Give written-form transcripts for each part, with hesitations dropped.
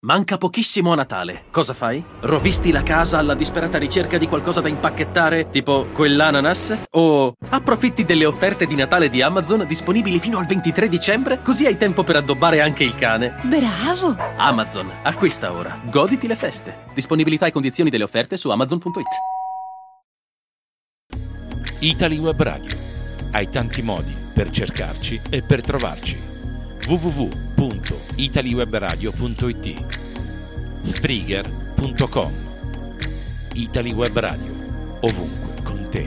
Manca pochissimo a Natale. Cosa fai? Rovisti la casa alla disperata ricerca di qualcosa da impacchettare, tipo quell'ananas? O approfitti delle offerte di Natale di Amazon disponibili fino al 23 dicembre, così hai tempo per addobbare anche il cane? Bravo! Amazon, acquista ora. Goditi le feste. Disponibilità e condizioni delle offerte su amazon.it. Italy Web Radio. Hai tanti modi per cercarci e per trovarci. www.italywebradio.it, Spreaker.com. Italy Web Radio, ovunque con te.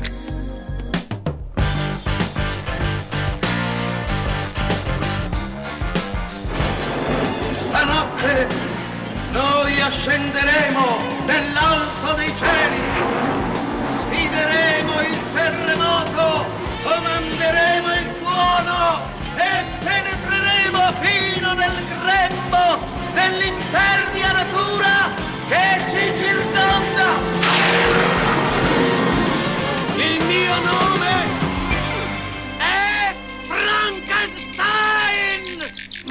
Stanotte noi ascenderemo nell'alto dei cieli, sfideremo il terremoto, comanderemo il tuono e penetreremo fino nel grembo dell'impervia natura che ci circonda. Il mio nome è Frankenstein!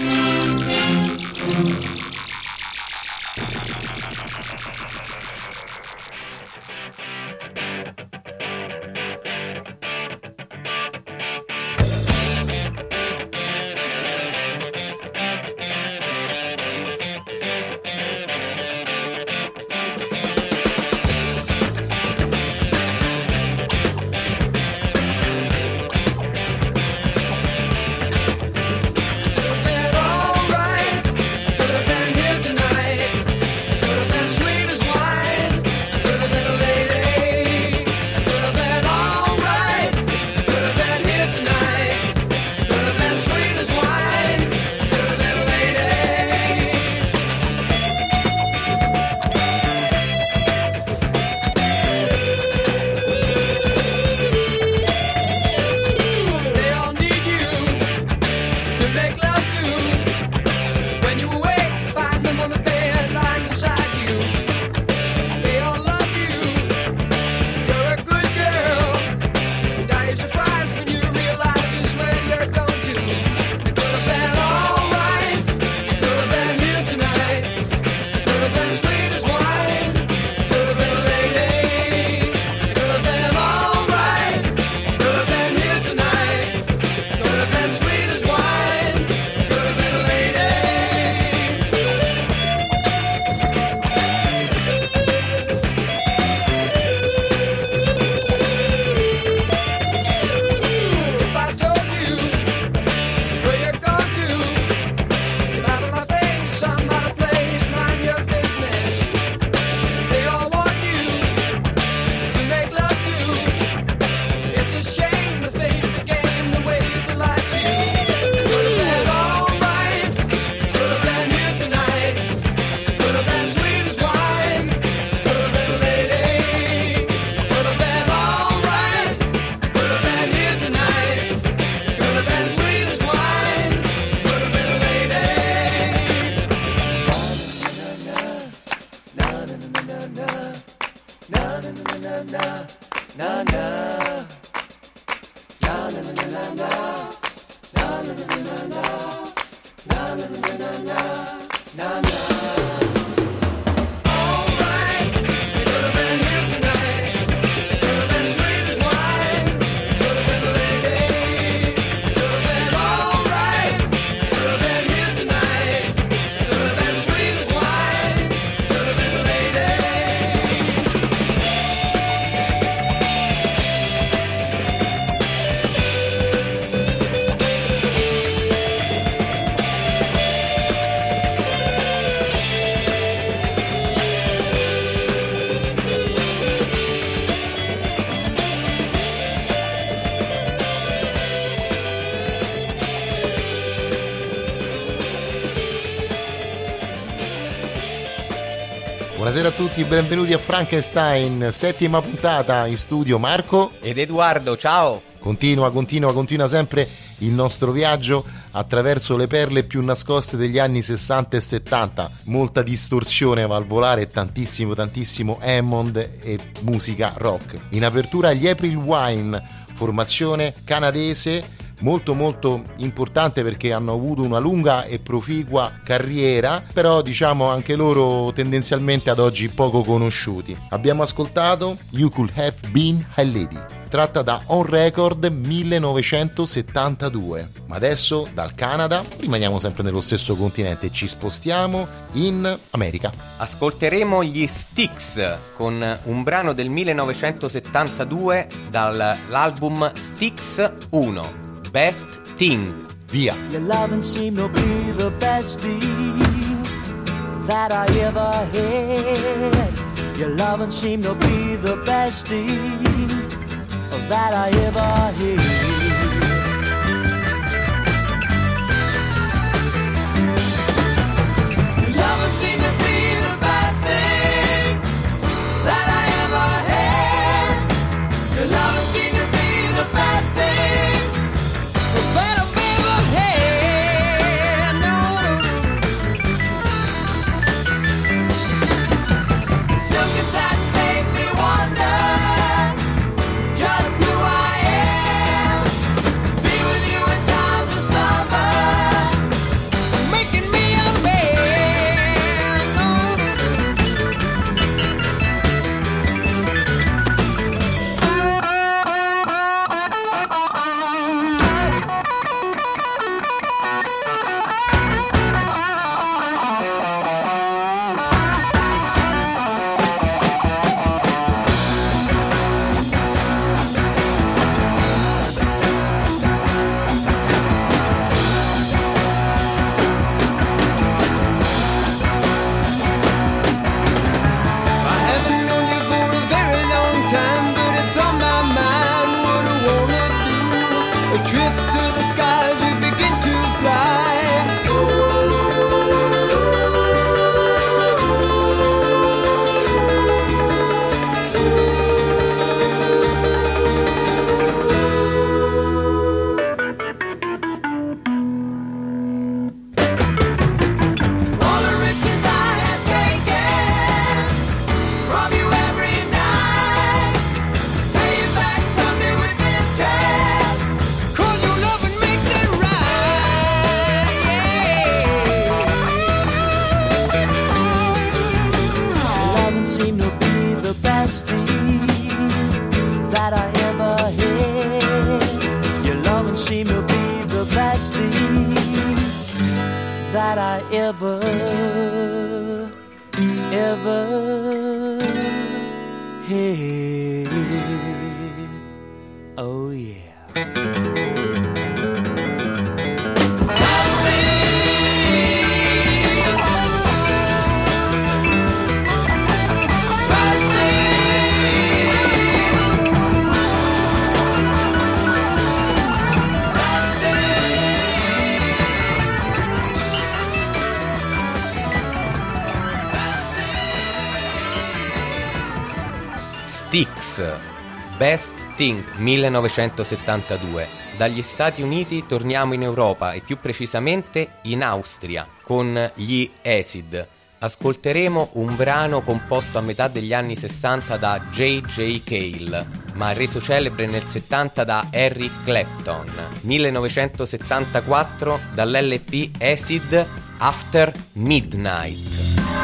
Buonasera a tutti, benvenuti a Frankenstein, settima puntata, in studio Marco ed Edoardo, ciao! Continua sempre il nostro viaggio attraverso le perle più nascoste degli anni 60 e 70, molta distorsione valvolare e tantissimo Hammond e musica rock. In apertura gli April Wine, formazione canadese molto molto importante perché hanno avuto una lunga e proficua carriera, però diciamo anche loro tendenzialmente ad oggi poco conosciuti. Abbiamo ascoltato You Could Have Been a Lady, tratta da On Record 1972. Ma adesso dal Canada rimaniamo sempre nello stesso continente e ci spostiamo in America. Ascolteremo gli Styx con un brano del 1972 dall'album Styx 1, Best Thing. Via. Your loving seemed to be the best thing that I ever had. Your loving seemed to be the best thing that I ever had. Your loving seemed to be the best thing that I ever had. Your loving seemed to be the best thing that I've ever had. No. Silken satin made me wonder just who I am. Be with you in times of slumber, making me a man. I haven't known you for a very long time, but it's on my mind. What I wanna do, a trip to the skies, we begin to fly. All the riches I have taken from you every night, pay you back someday with interest, 'cause your loving makes it right. Your loving seemed to be the best thing that I ever had. Your loving seemed to be the best thing that I ever had. Oh yeah. Styx, Best Thing 1972. Dagli Stati Uniti torniamo in Europa e più precisamente in Austria con gli Acid. Ascolteremo un brano composto a metà degli anni 60 da J.J. Cale, ma reso celebre nel 70 da Eric Clapton. 1974 dall'LP Acid, After Midnight.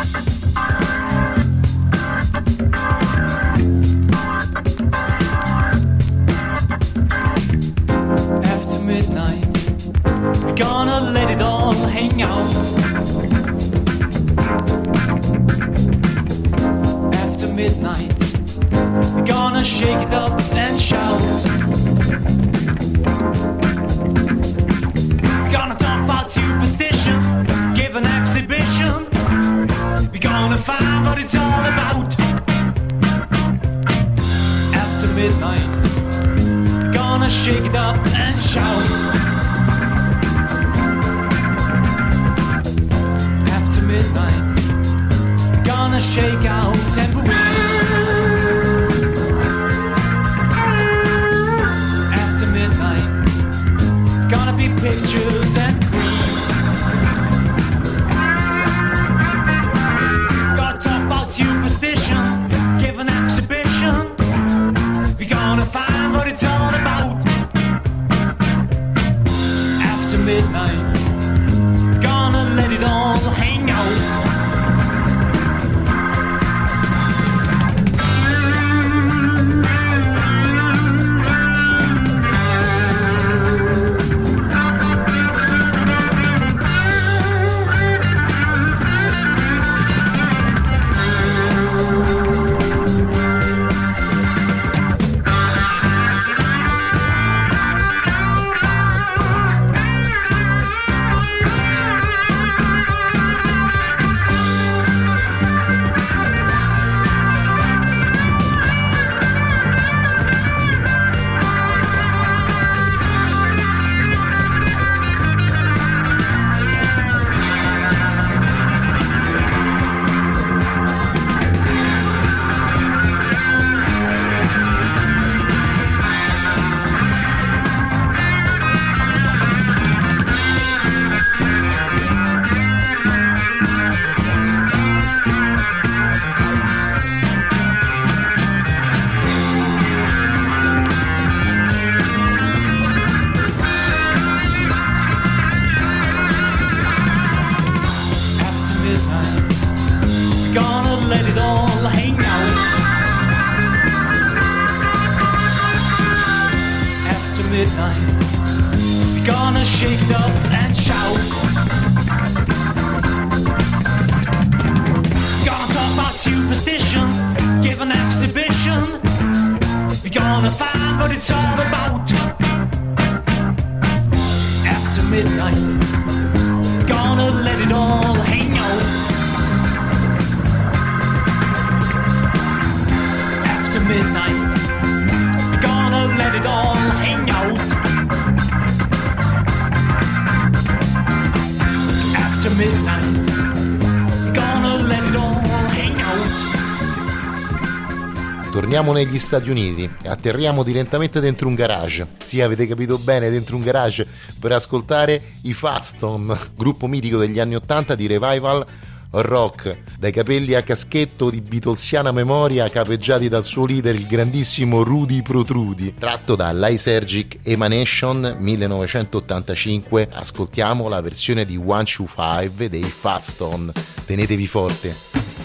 After midnight, we're gonna let it all hang out. After midnight, we're gonna shake it up and shout. We're gonna talk about superstition, give an exhibition. We're gonna find what it's all about. After midnight, gonna shake it up and shout. After midnight, gonna shake out tambourine. After midnight, it's gonna be pictures and cream. Gonna talk about superstition, give an exhibition. We're gonna find what it's all about. Gonna let it all hang out. After midnight, we're gonna shake it up and shout. Gonna talk about superstition, give an exhibition. We're gonna find what it's all about. After midnight, gonna let it all hang out. After midnight, gonna let it all hang out. After midnight, gonna let it all hang out. Torniamo negli Stati Uniti e atterriamo direttamente dentro un garage. Sì, avete capito bene, dentro un garage, per ascoltare i Fats Tone, gruppo mitico degli anni 80 di revival rock, dai capelli a caschetto di beatlesiana memoria, capeggiati dal suo leader, il grandissimo Rudy Protrudi. Tratto da Lysergic Emanation 1985, ascoltiamo la versione di 125 dei Fats Tone. Tenetevi forte.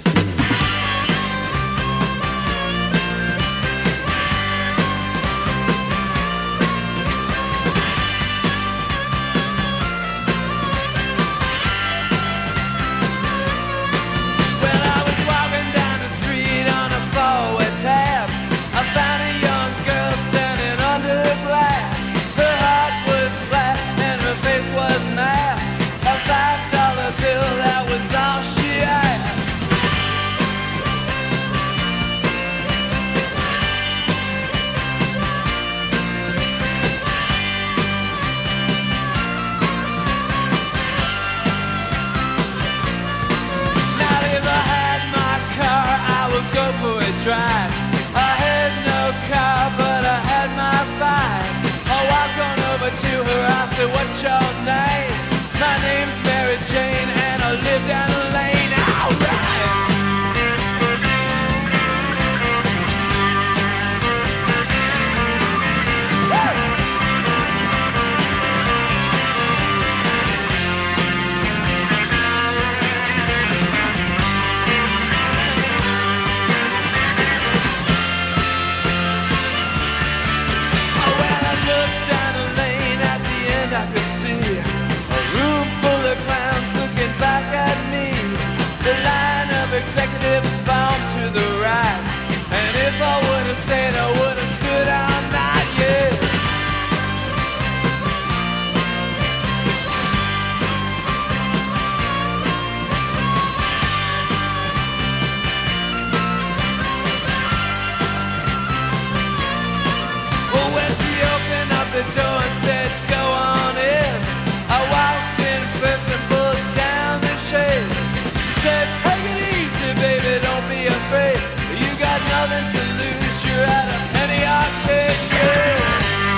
Drive. I had no car, but I had my vibe. I walked on over to her, I said, what's your name? My name's Mary Jane, and I live down the lane. Alright! I could see a room full of clowns looking back at me. The line of executives found to the right, and if I would have stayed, I would have stood all night, yeah. Well, when she opened up the door and said, go on in, I walked in first and pulled down the shade. She said, take it easy, baby, don't be afraid. You got nothing to lose, you're at a penny arcade, yeah.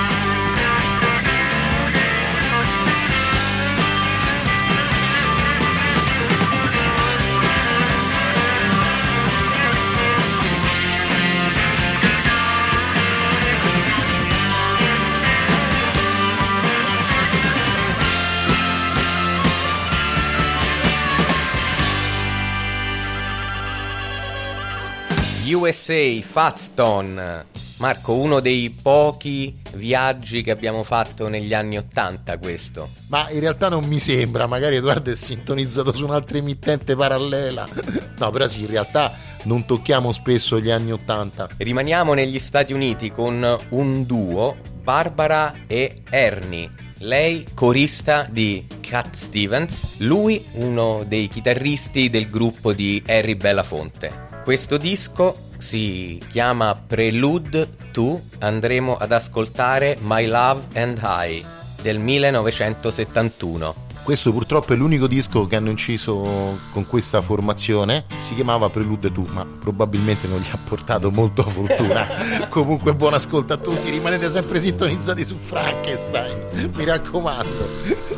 USA, Fats Tone. Marco, uno dei pochi viaggi che abbiamo fatto negli anni 80 questo. Ma in realtà non mi sembra, magari Edoardo è sintonizzato su un'altra emittente parallela. No, però sì, in realtà non tocchiamo spesso gli anni 80. Rimaniamo negli Stati Uniti con un duo, Barbara e Ernie. Lei corista di Cat Stevens, lui uno dei chitarristi del gruppo di Harry Belafonte. Questo disco si chiama Prelude to, andremo ad ascoltare My Love and I del 1971. Questo purtroppo è l'unico disco che hanno inciso con questa formazione, si chiamava Prelude to, ma probabilmente non gli ha portato molta fortuna. Comunque buon ascolto a tutti, rimanete sempre sintonizzati su Frankenstein, mi raccomando.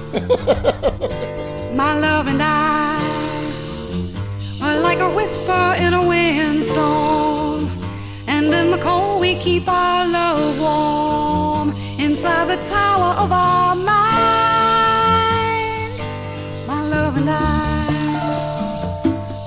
My love and I are like a whisper in a windstorm, and in the cold we keep our love warm inside the tower of our minds. My love and I,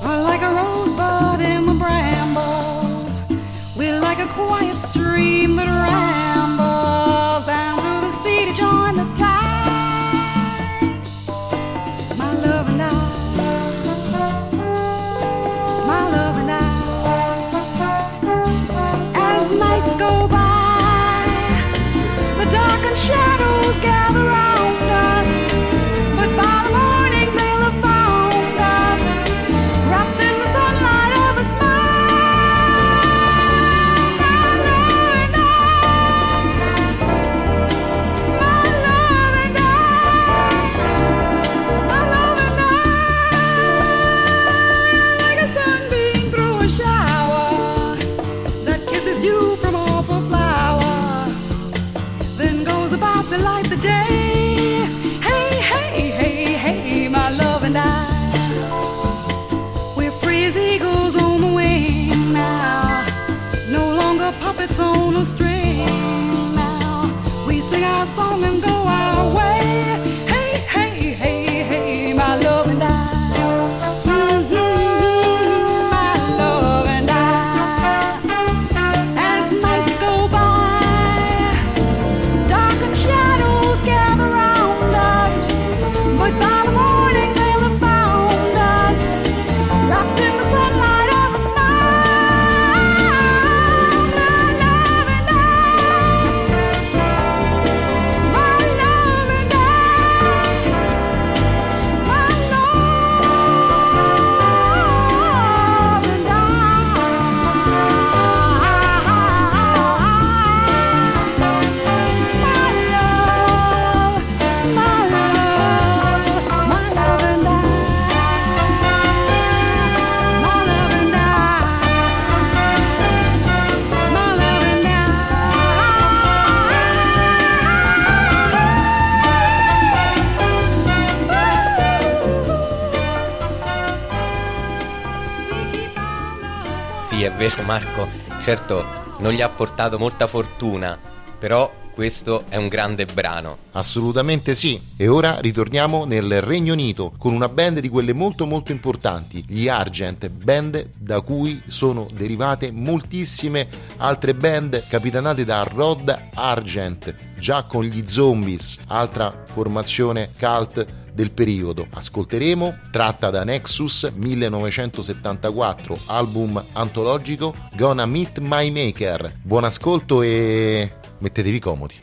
Sì, è vero Marco, certo non gli ha portato molta fortuna, però questo è un grande brano. Assolutamente sì. E ora ritorniamo nel Regno Unito con una band di quelle molto molto importanti, gli Argent, band da cui sono derivate moltissime altre band capitanate da Rod Argent, già con gli Zombies, altra formazione cult del periodo. Ascolteremo, tratta da Nexus 1974, album antologico, Gonna Meet My Maker. Buon ascolto e mettetevi comodi.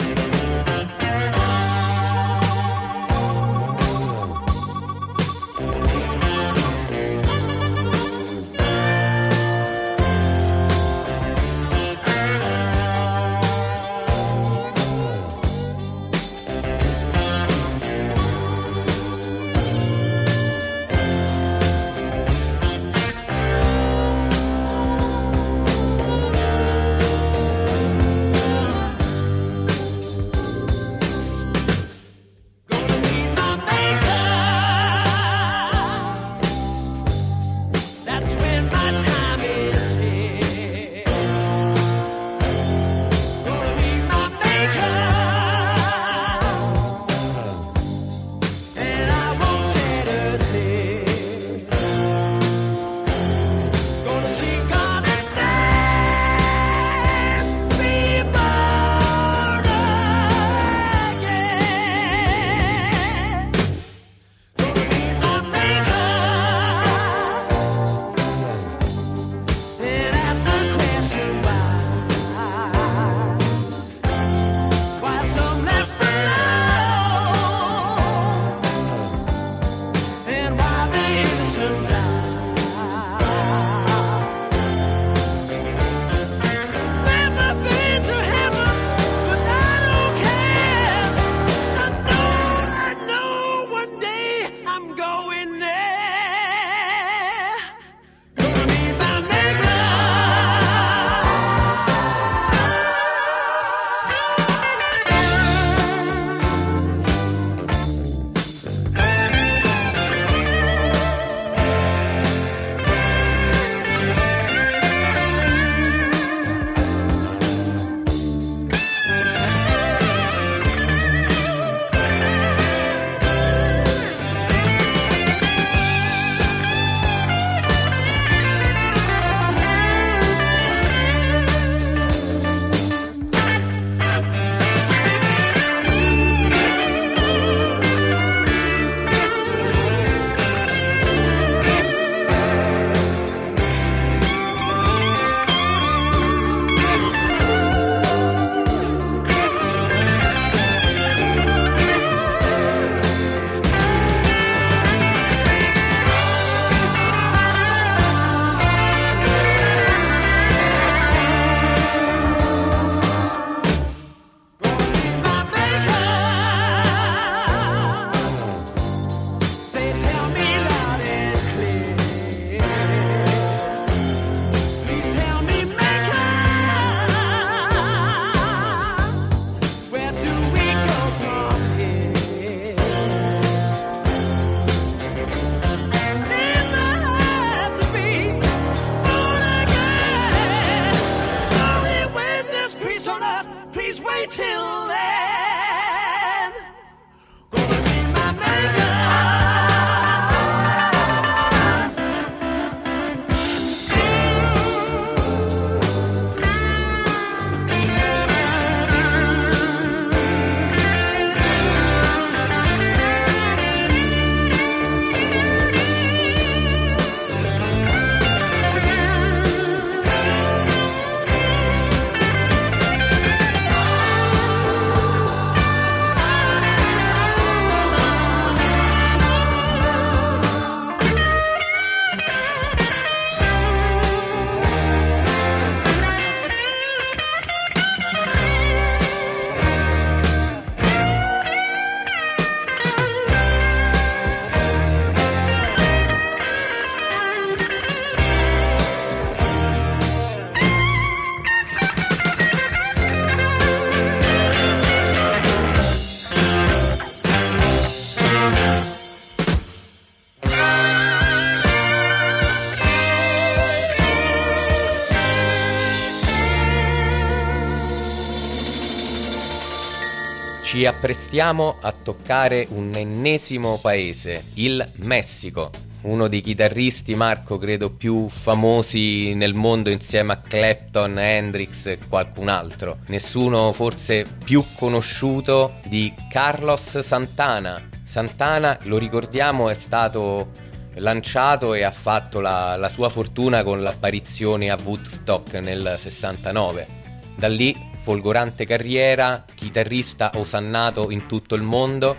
Ci apprestiamo a toccare un ennesimo paese, il Messico. Uno dei chitarristi, Marco, credo più famosi nel mondo insieme a Clapton, Hendrix e qualcun altro. Nessuno forse più conosciuto di Carlos Santana. Santana, lo ricordiamo, è stato lanciato e ha fatto la sua fortuna con l'apparizione a Woodstock nel 69. Da lì, folgorante carriera, chitarrista osannato in tutto il mondo.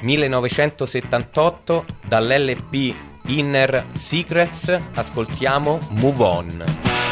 1978, dall'LP Inner Secrets, ascoltiamo Move On.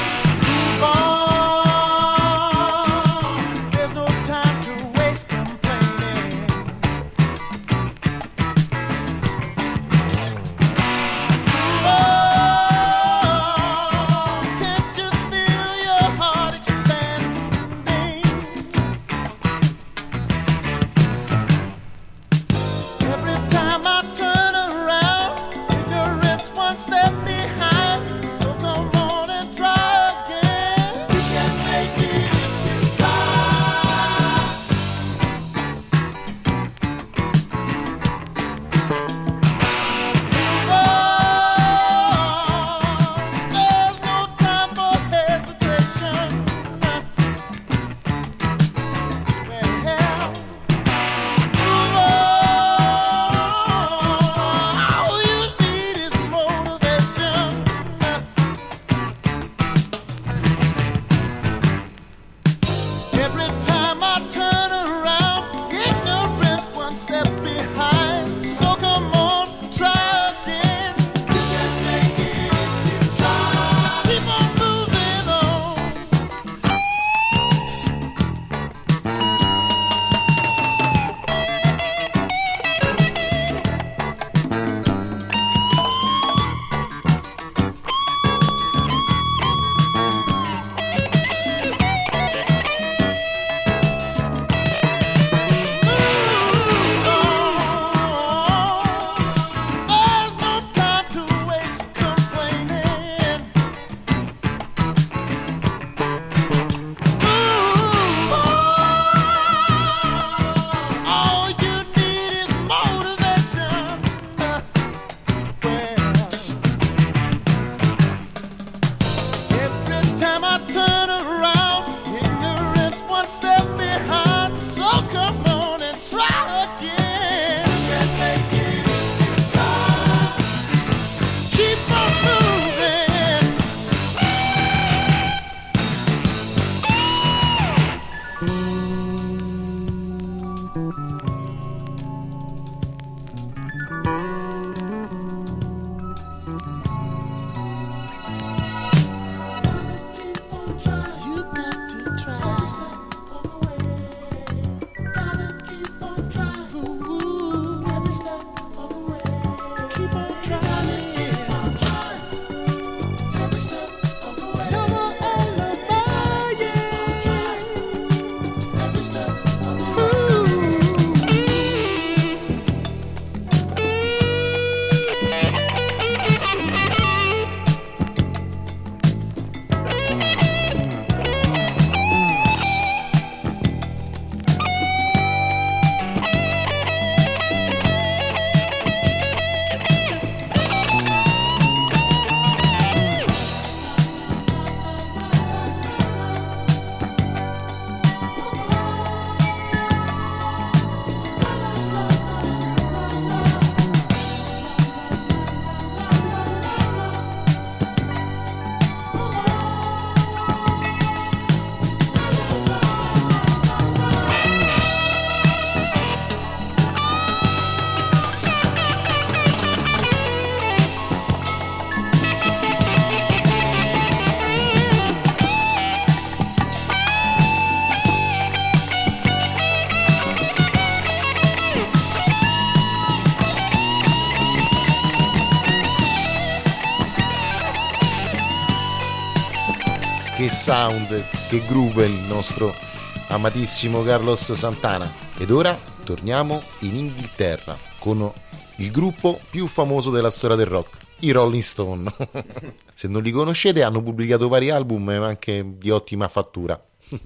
Che sound, che groove il nostro amatissimo Carlos Santana. Ed ora torniamo in Inghilterra con il gruppo più famoso della storia del rock, i Rolling Stone. Se non li conoscete, hanno pubblicato vari album anche di ottima fattura.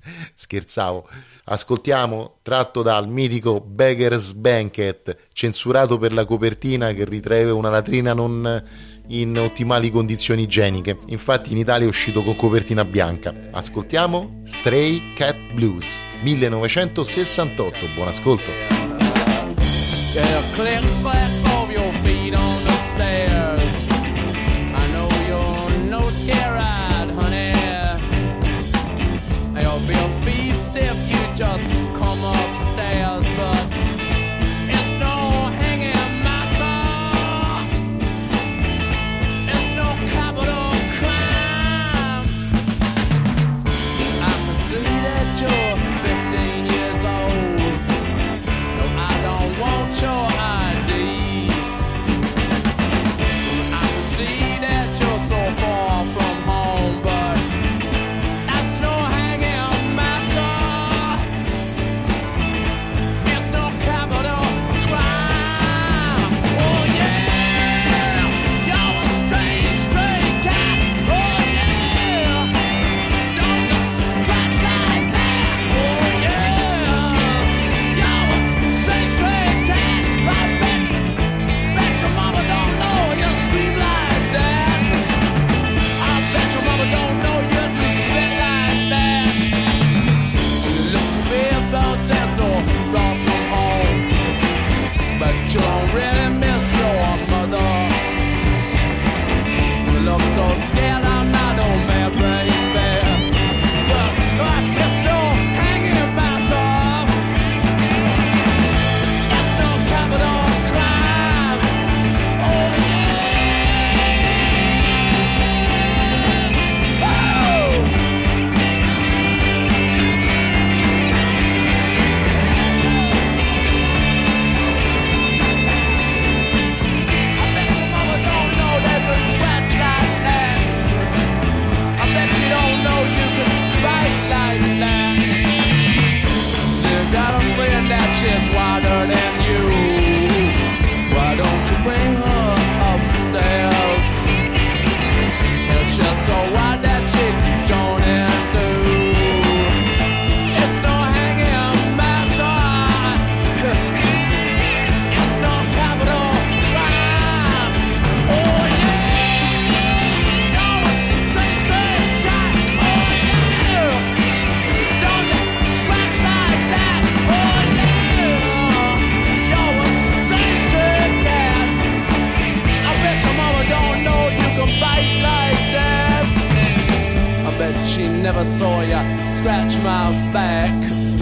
Scherzavo. Ascoltiamo, tratto dal mitico Beggar's Banquet, censurato per la copertina che ritraeva una latrina non in ottimali condizioni igieniche. Infatti in Italia è uscito con copertina bianca. Ascoltiamo Stray Cat Blues 1968. Buon ascolto. Yeah, click, clack of your feet on the stairs. I know you're no scared, honey. You'll be a feast if you just come upstairs, but it's no hanging matter. It's no capital crime. I can see that you're 15 years old. No, I don't want your ID. I can see that you're so far from home, but that's no hanging matter. It's no capital crime. Oh yeah, you're a strange stray cat. Oh yeah, don't just scratch like that. Oh yeah, you're a strange stray cat. I bet your mama don't know you scream like that. I bet your mama don't know you spit like that. You look to be about sense or far from home, but you don't really miss your mother. You look so scared, I'm not no man, baby. But it's no hanging matter. It's no capital crime. Oh yeah. Oh! I bet your mama don't know there's a scratch like that. I bet you don't know you can fight like that. Still got a friend that shit's wilder than you. Why don't you bring her upstairs? It's just so wide that shit you don't do. It's no hanging matter. It's no capital crime. Oh yeah, you're a straight cat. Oh yeah, don't you scratch like that. Oh yeah, you're a straight cat. I bet your mama don't know you can bite like that. I bet she never saw ya scratch my back.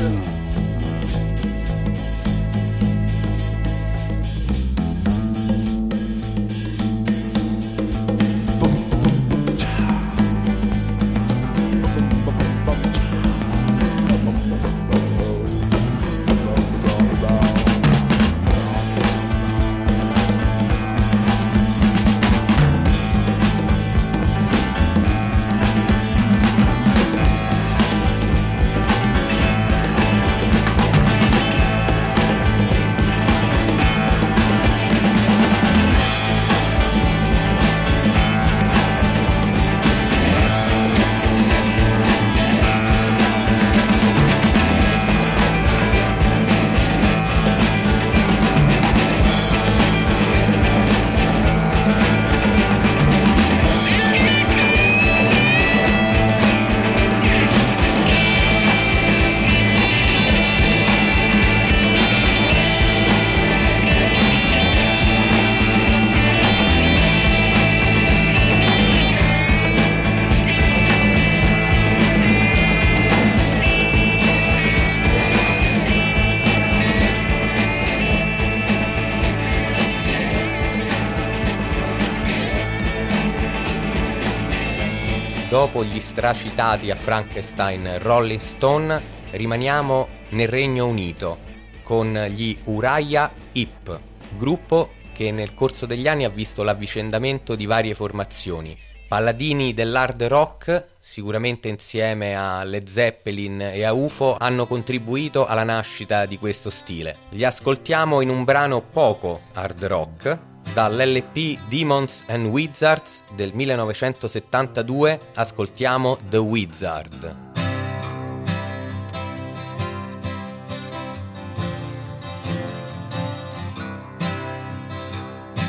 Dopo gli stracitati a Frankenstein Rolling Stone, rimaniamo nel Regno Unito con gli Uriah Heep, gruppo che nel corso degli anni ha visto l'avvicendamento di varie formazioni. Paladini dell'hard rock, sicuramente insieme a Led Zeppelin e a UFO, hanno contribuito alla nascita di questo stile. Li ascoltiamo in un brano poco hard rock, dall'LP Demons and Wizards del 1972, ascoltiamo The Wizard.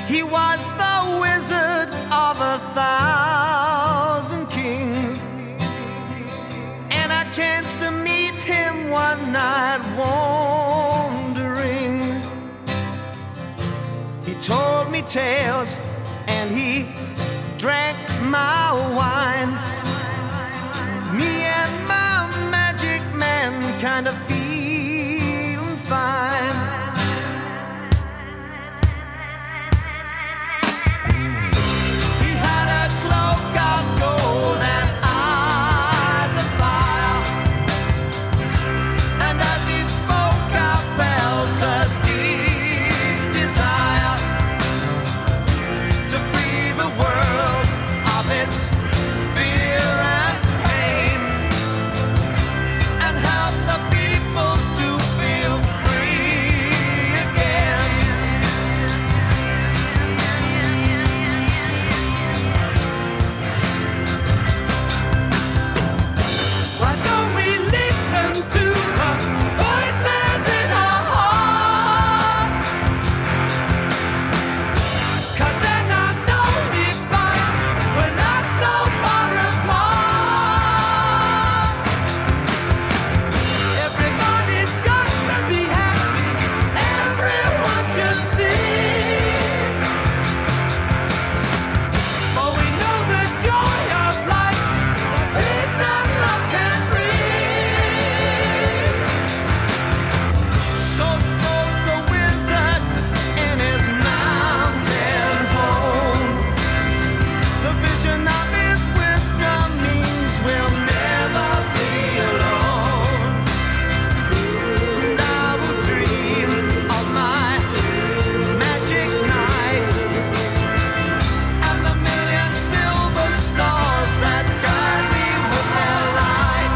He was the wizard of 1,000 kings, and I chanced to meet him one night wandering. He told me tales and he drank my wine. Me and my magic man kind of feeling fine. He had a cloak of gold and eyes of fire, and as he spoke I felt a deep desire to free the world of its fear and pain, and help the people to feel free again. Why don't we listen to the voices in our heart? 'Cause they're not only fun, we're not so far apart. Everybody's got to be happy, everyone should sing. For we know the joy of life, the peace that love can bring. So spoke the wizard in his mountain home. The vision of his wisdom means we'll never be alone. And I will dream of my magic night and the million silver stars that guide me with their light.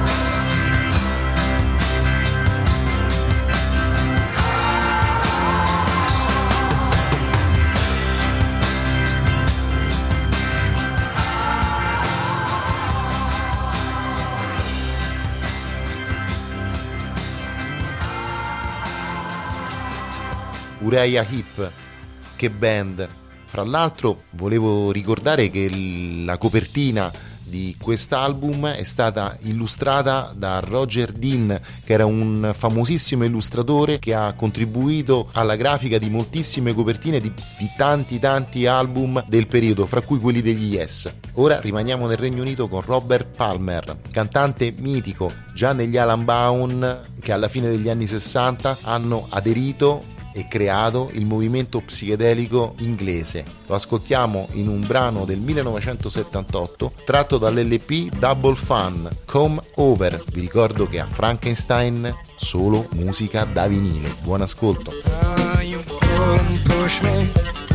Uriah Heep, che band. Fra l'altro volevo ricordare che la copertina di quest'album è stata illustrata da Roger Dean, che era un famosissimo illustratore che ha contribuito alla grafica di moltissime copertine di tanti album del periodo, fra cui quelli degli Yes. Ora rimaniamo nel Regno Unito con Robert Palmer, cantante mitico già negli Alan Baum, che alla fine degli anni 60 hanno aderito e creato il movimento psichedelico inglese. Lo ascoltiamo in un brano del 1978 tratto dall'LP Double Fun, Come Over. Vi ricordo che a Frankenstein solo musica da vinile. Buon ascolto. You pull and push me.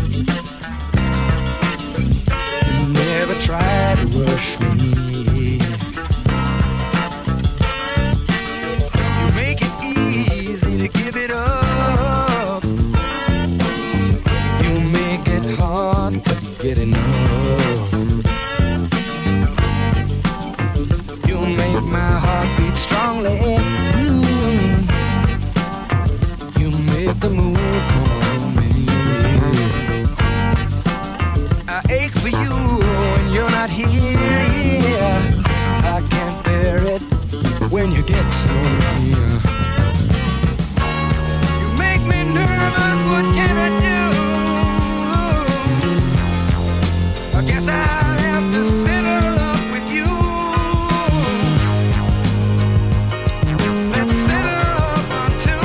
You never try to rush me. You make it easy to give it up. You make it hard to get enough. You make my heart beat strongly. You make the moon come on me. I ache for you when you're not here. I can't bear it when you get so near. You make me nervous, what can I do? I guess I'll have to settle up with you. Let's settle up on two.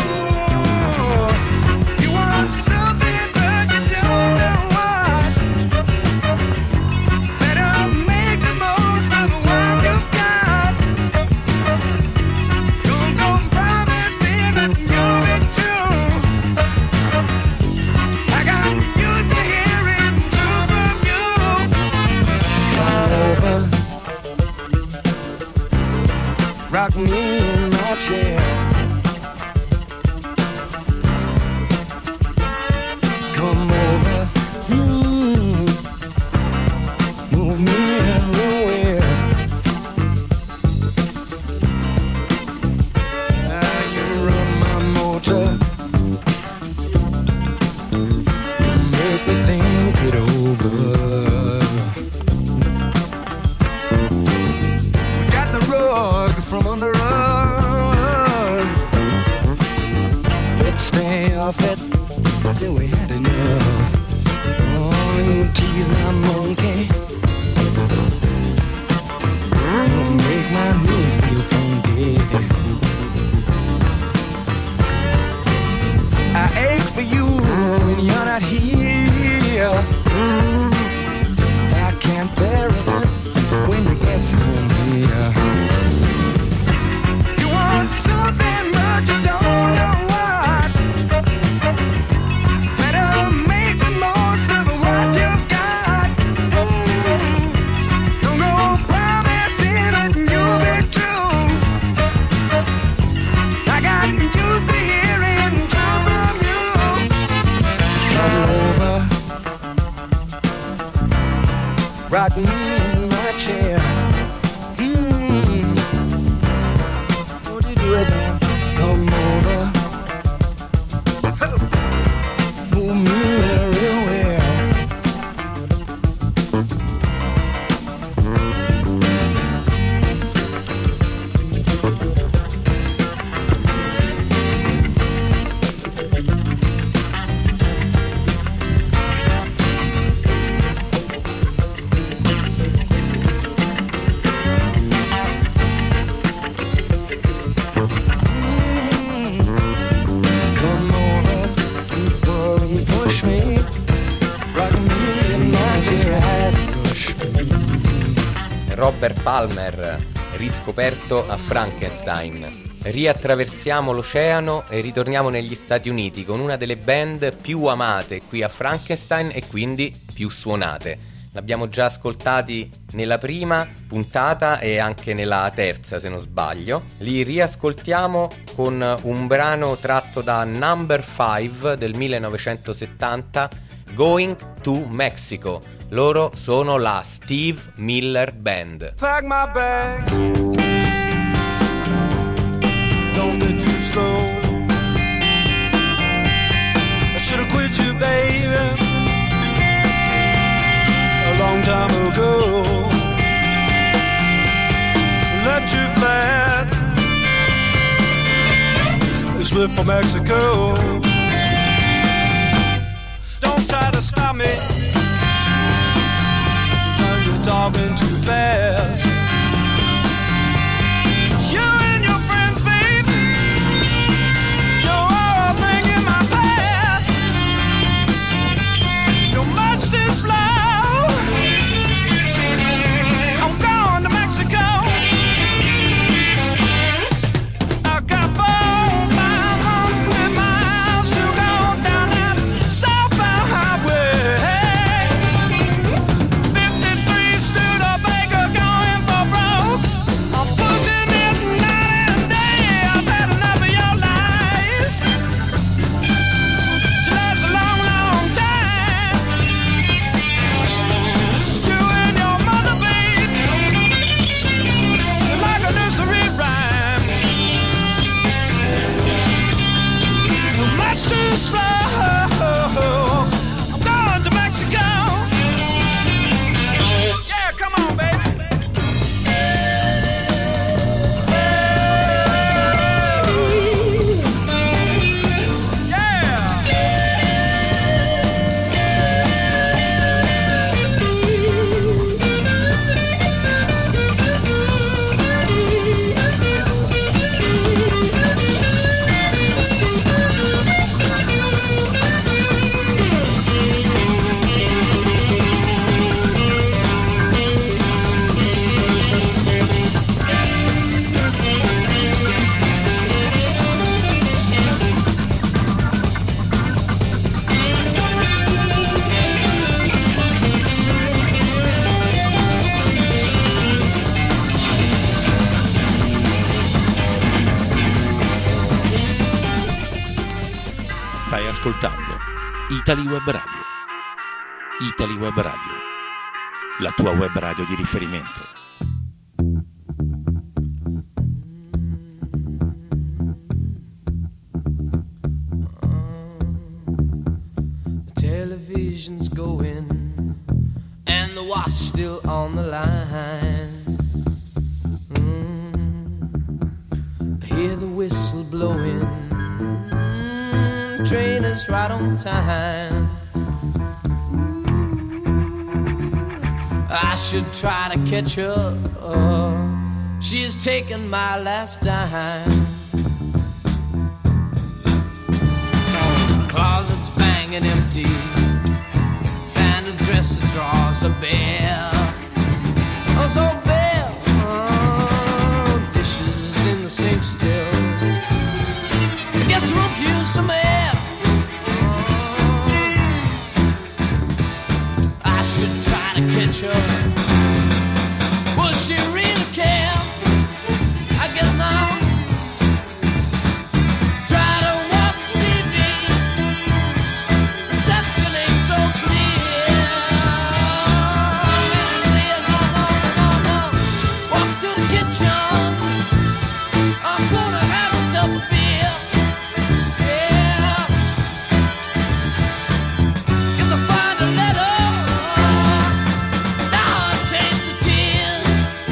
You want something but you don't know what. Better make the most of what you've got. Don't go promising that you'll be true. I got used to hearing true from you. Come over, rock me in my chair. Come over, move me everywhere. You run my motor, you make me think from under us. Let's stay off it till we had enough. Oh, you tease my monkey. You make my knees feel funky. I ache for you when you're not here. I can't bear it when you get so near. You want something but you don't know what. Better make the most of what you've got. Don't go promising that you'll be true. I got used to hearing truth from you. Come over, rock me in my chair. Won't you do it now? Come over, move me real well. Come over, pull and push me, rock me in my chair, push me. Robert Palmer, riscoperto a Frankenstein. Riattraversiamo l'oceano e ritorniamo negli Stati Uniti con una delle band più amate qui a Frankenstein e quindi più suonate. L'abbiamo già ascoltati nella prima puntata e anche nella terza, se non sbaglio. Li riascoltiamo con un brano tratto da Number 5 del 1970, Going to Mexico. Loro sono la Steve Miller Band. Pack my bags, don't be too slow. I should've quit you, baby, a long time ago. Left you flat, we split for Mexico. Don't try to stop me, you're talking too fast. You and your friends, babe, you're all thinking my past. You're much too slow. I'm going to Mexico. I got 4,500 miles to go down that southbound highway. 53 Studebaker going for broke. I'm pushing it night and day. I've had enough of your lies. To last a long, long time. You and your mother, babe, you're like a nursery rhyme. You're much too slow. I'm going to Mexico. Yeah, come on, baby. Stai ascoltando Italy Web Radio. Italy Web Radio, la tua web radio di riferimento. The television's going and the watch still on the line. right on time. I should try to catch her. She's taken my last dime. Closet's banging empty, and the dresser drawers are bare. I'm so bare. Dishes in the sink still. I guess the room could use some air. I should try to catch her. Will she really care? I guess not. Try to watch TV. Reception ain't so clear. No. Walk to the kitchen. I'm gonna have myself a beer. Yeah. Guess I'll find a letter. Now I taste the tears.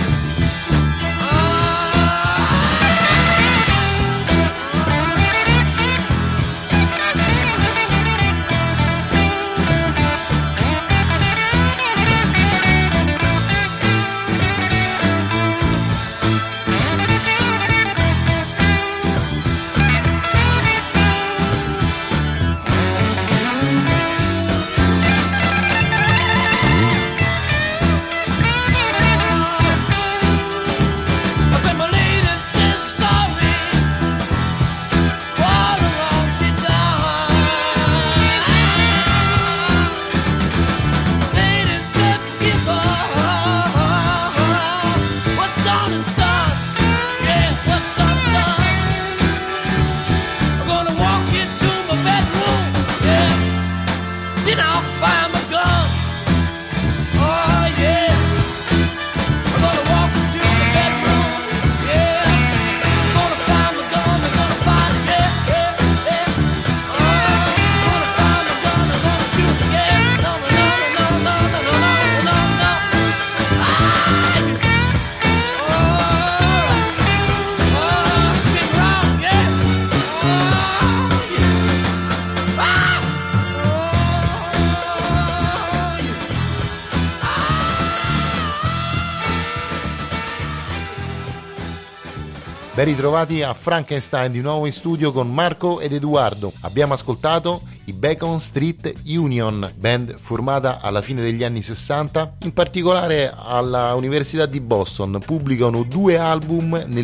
I said my lady says sorry for the wrong she done. Lady said give her what's done is done. Yeah, what's done is done. I'm gonna walk into my bedroom. Yeah, then I'll find my gun. Oh yeah. I'm gonna walk into the bedroom, yeah. I'm gonna find my gun, I'm gonna find it, yeah. Oh, I'm gonna find my gun, I'm gonna shoot it, yeah. No. Spin round, yeah. Ben ritrovati a Frankenstein, di nuovo in studio con Marco ed Edoardo. Abbiamo ascoltato i Beacon Street Union, band formata alla fine degli anni 60, in particolare alla Università di Boston. Pubblicano 2 album nel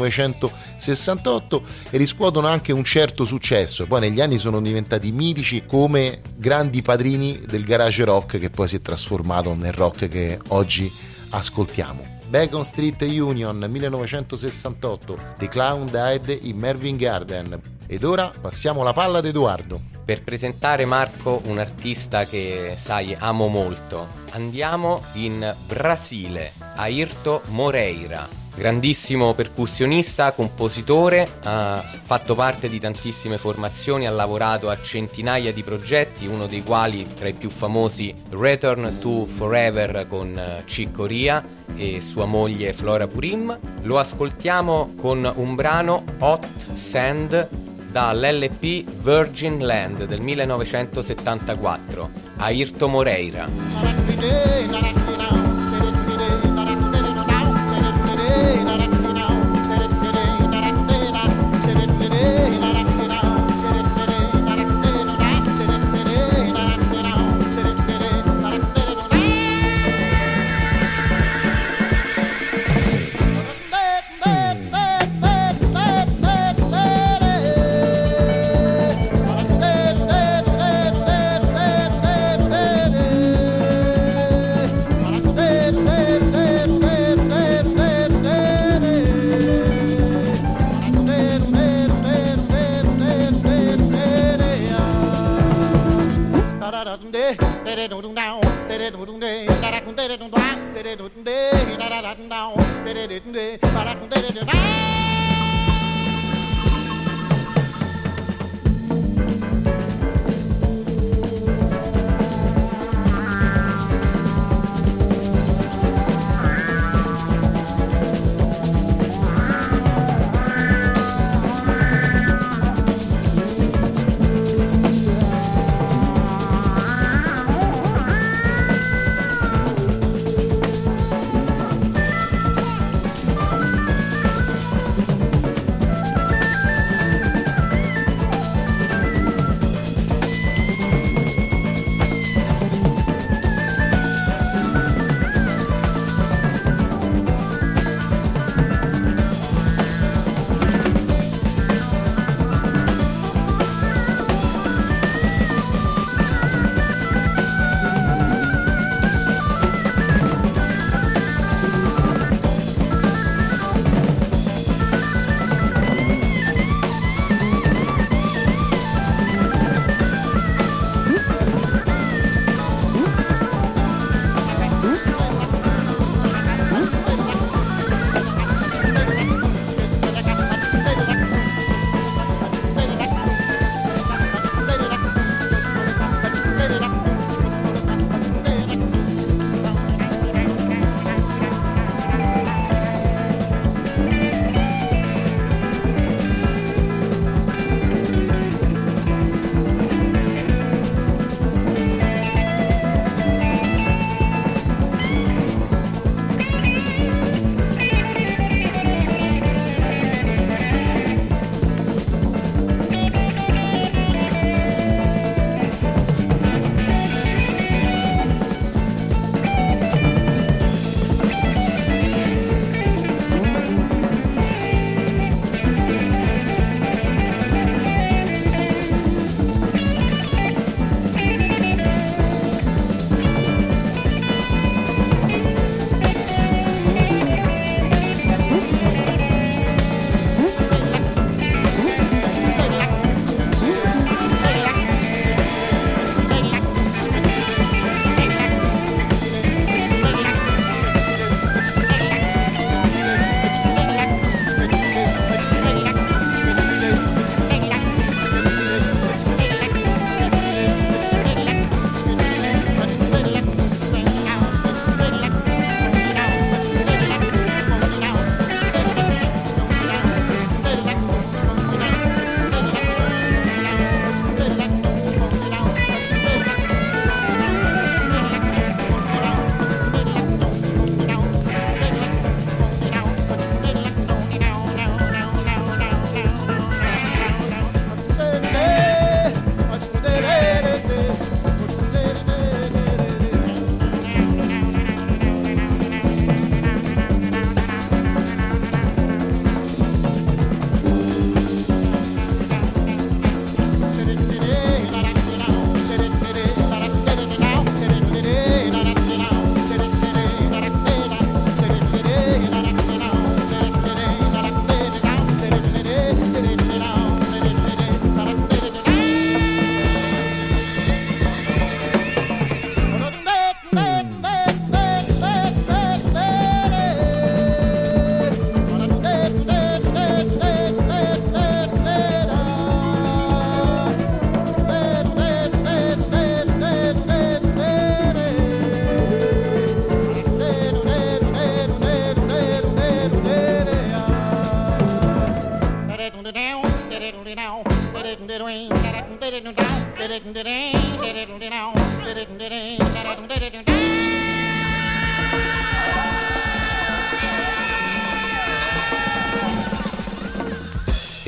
1968 e riscuotono anche un certo successo. Poi negli anni sono diventati mitici come grandi padrini del garage rock, che poi si è trasformato nel rock che oggi ascoltiamo. Beacon Street Union 1968, The Clown Died in Mervyn Garden. Ed ora passiamo la palla ad Edoardo. Per presentare, Marco, un artista che sai amo molto, andiamo in Brasile, Airto Moreira. Grandissimo percussionista, compositore, ha fatto parte di tantissime formazioni, ha lavorato a centinaia di progetti, uno dei quali tra i più famosi Return to Forever con Chick Corea e sua moglie Flora Purim. Lo ascoltiamo con un brano, Hot Sand, dall'LP Virgin Land del 1974, Airto Moreira.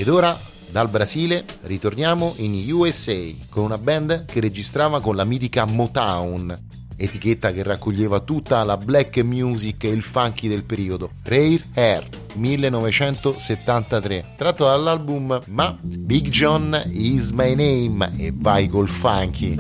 Ed ora, dal Brasile, ritorniamo in USA con una band che registrava con la mitica Motown, etichetta che raccoglieva tutta la black music e il funky del periodo. Rare Hair, 1973, tratto dall'album Ma Big John Is My Name, e vai col funky.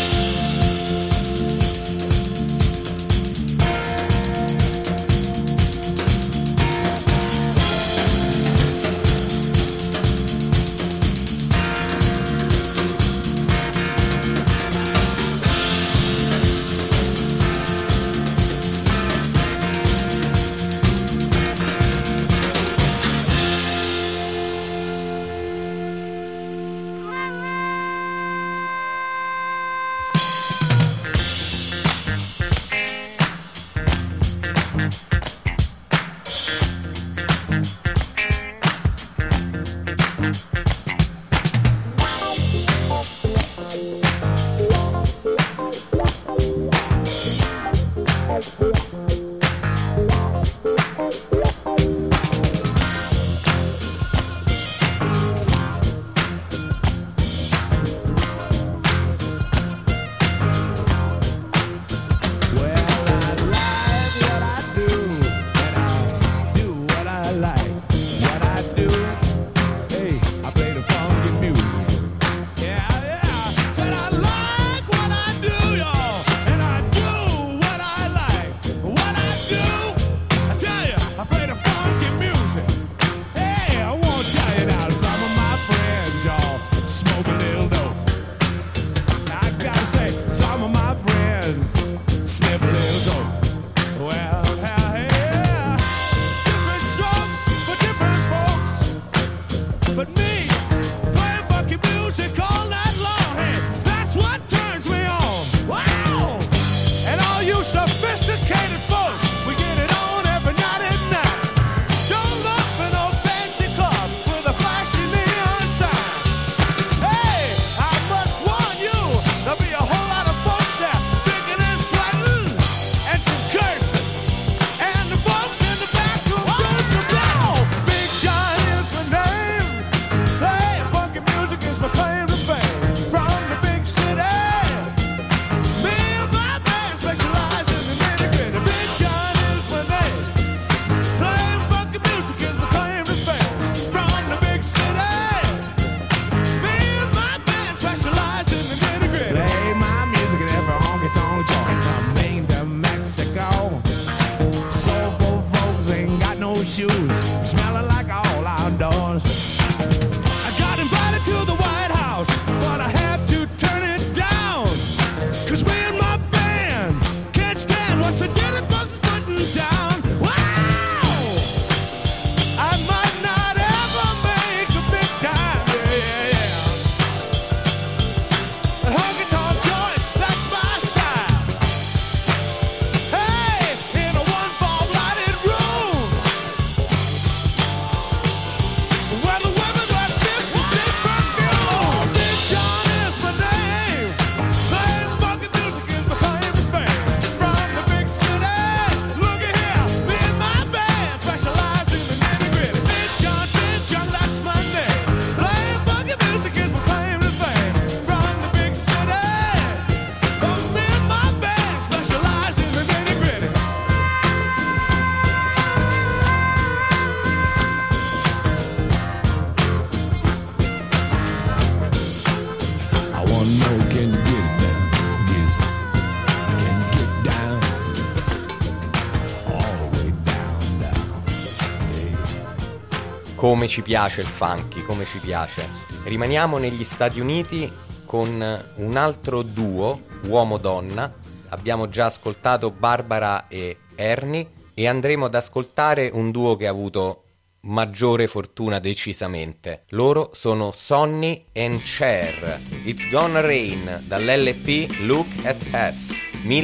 Come ci piace il funky, come ci piace. Rimaniamo negli Stati Uniti con un altro duo, uomo-donna. Abbiamo già ascoltato Barbara e Ernie e andremo ad ascoltare un duo che ha avuto maggiore fortuna decisamente. Loro sono Sonny and Cher. It's Gonna Rain dall'LP Look at Us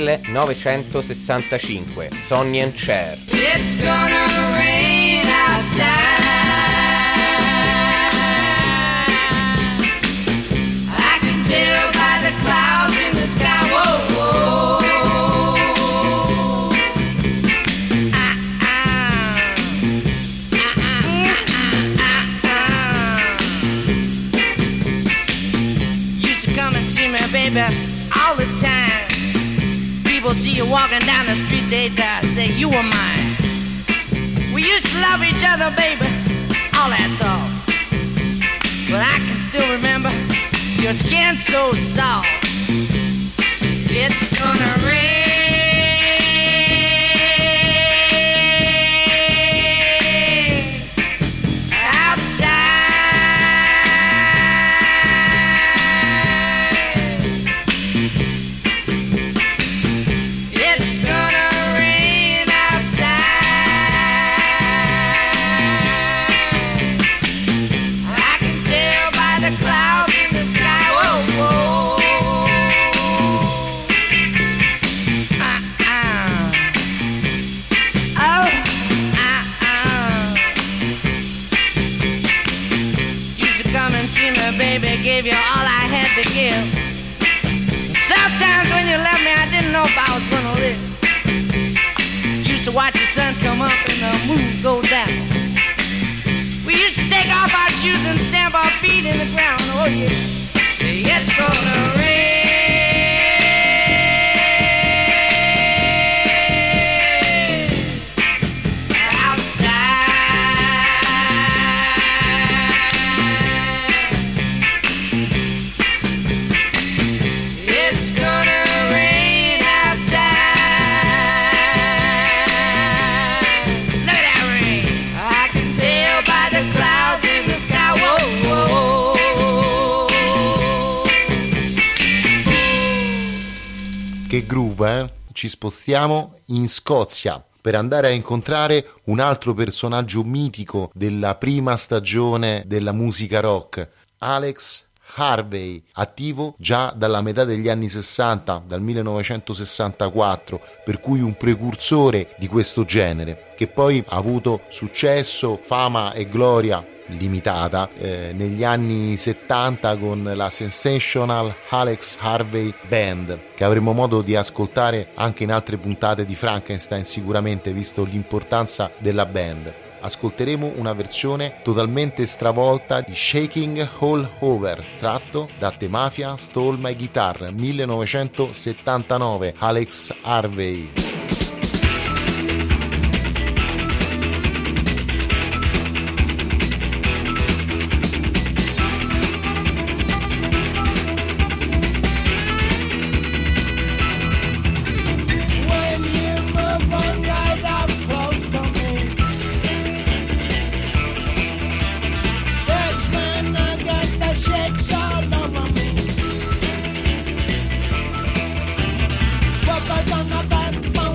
1965. Sonny and Cher. It's gonna rain outside. I can tell by the clouds in the sky. Whoa, whoa. baby, all the time. People see you walking down the street, they say you were mine. We used to love each other, baby, all that's all. But I can still remember your skin so soft. It's gonna rain gave you all I had to give. Sometimes when you left me, I didn't know if I was gonna live. Used to watch the sun come up and the moon go down. We used to take off our shoes and stamp our feet in the ground. Oh yeah, it's gonna rain. Che groove, eh? Ci spostiamo in Scozia per andare a incontrare un altro personaggio mitico della prima stagione della musica rock, Alex Harvey, attivo già dalla metà degli anni 60, dal 1964, per cui un precursore di questo genere, che poi ha avuto successo, fama e gloria limitata negli anni 70 con la Sensational Alex Harvey Band, che avremo modo di ascoltare anche in altre puntate di Frankenstein sicuramente, visto l'importanza della band. Ascolteremo una versione totalmente stravolta di Shaking All Over, tratto da The Mafia Stole My Guitar 1979, Alex Harvey. On the back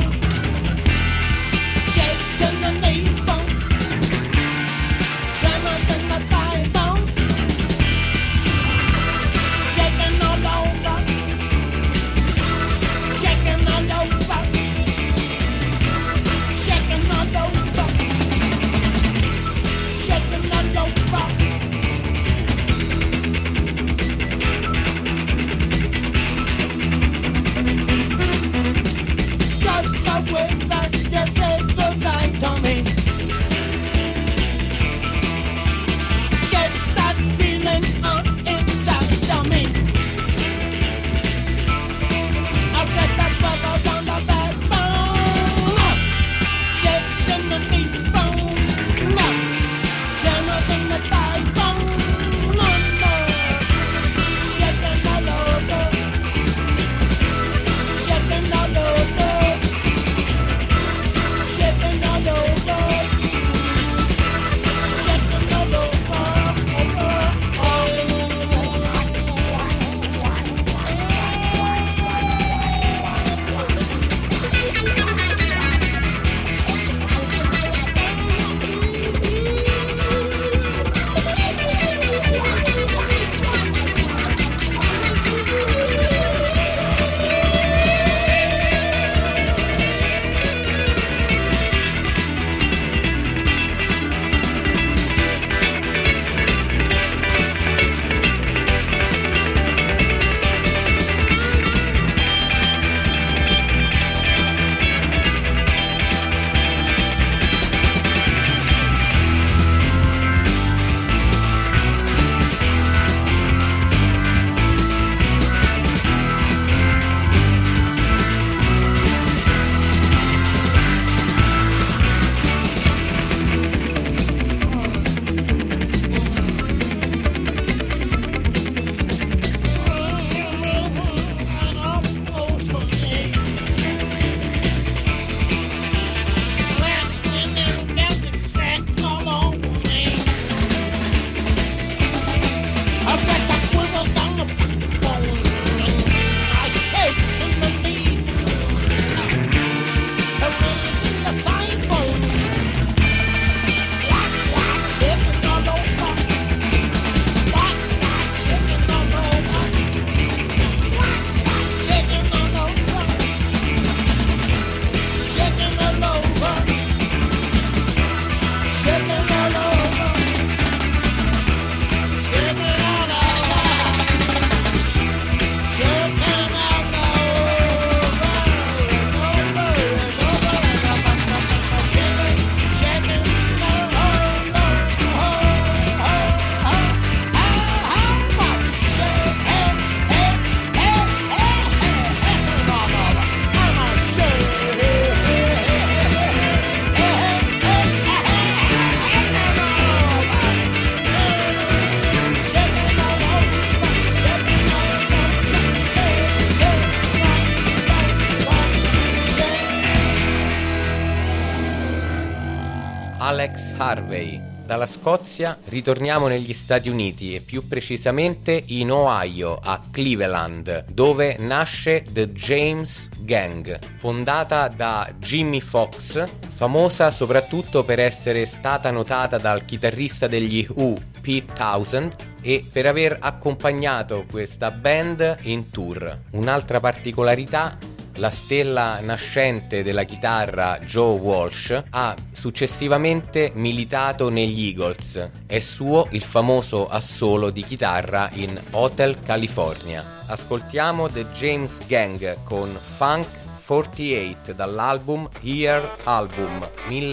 Alex Harvey. Dalla Scozia ritorniamo negli Stati Uniti e più precisamente in Ohio, a Cleveland, dove nasce The James Gang, fondata da Jimmy Fox, famosa soprattutto per essere stata notata dal chitarrista degli Who, Pete Townshend, e per aver accompagnato questa band in tour. Un'altra particolarità: la stella nascente della chitarra Joe Walsh ha successivamente militato negli Eagles. È suo il famoso assolo di chitarra in Hotel California. Ascoltiamo The James Gang con Funk 48 dall'album Year Album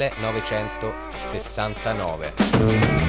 1969.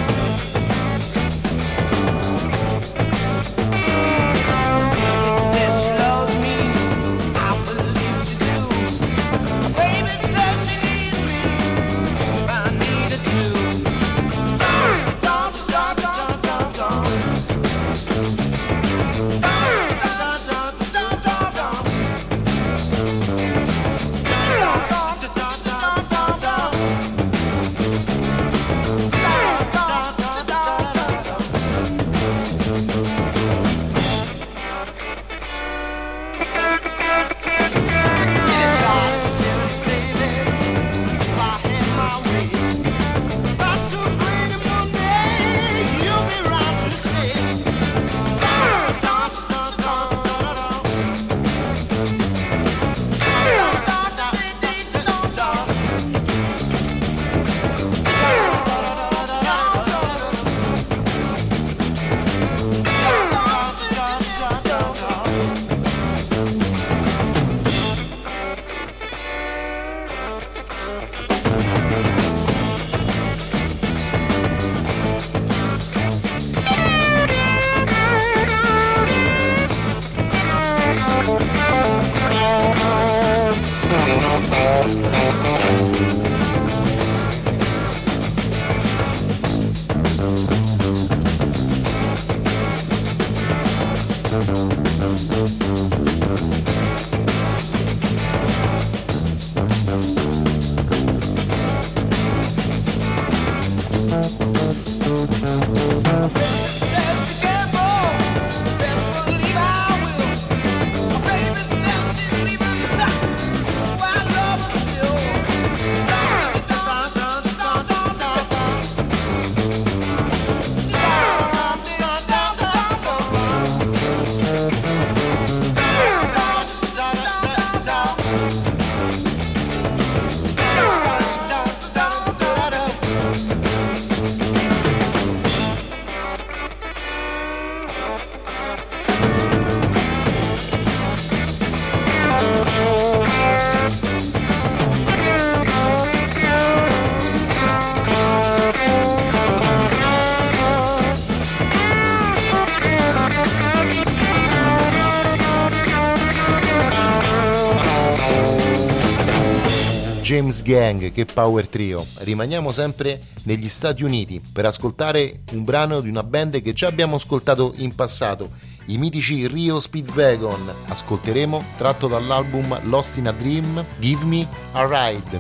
James Gang, che power trio. Rimaniamo sempre negli Stati Uniti per ascoltare un brano di una band che già abbiamo ascoltato in passato, i mitici Rio Speedwagon. Ascolteremo, tratto dall'album Lost in a Dream, Give Me a Ride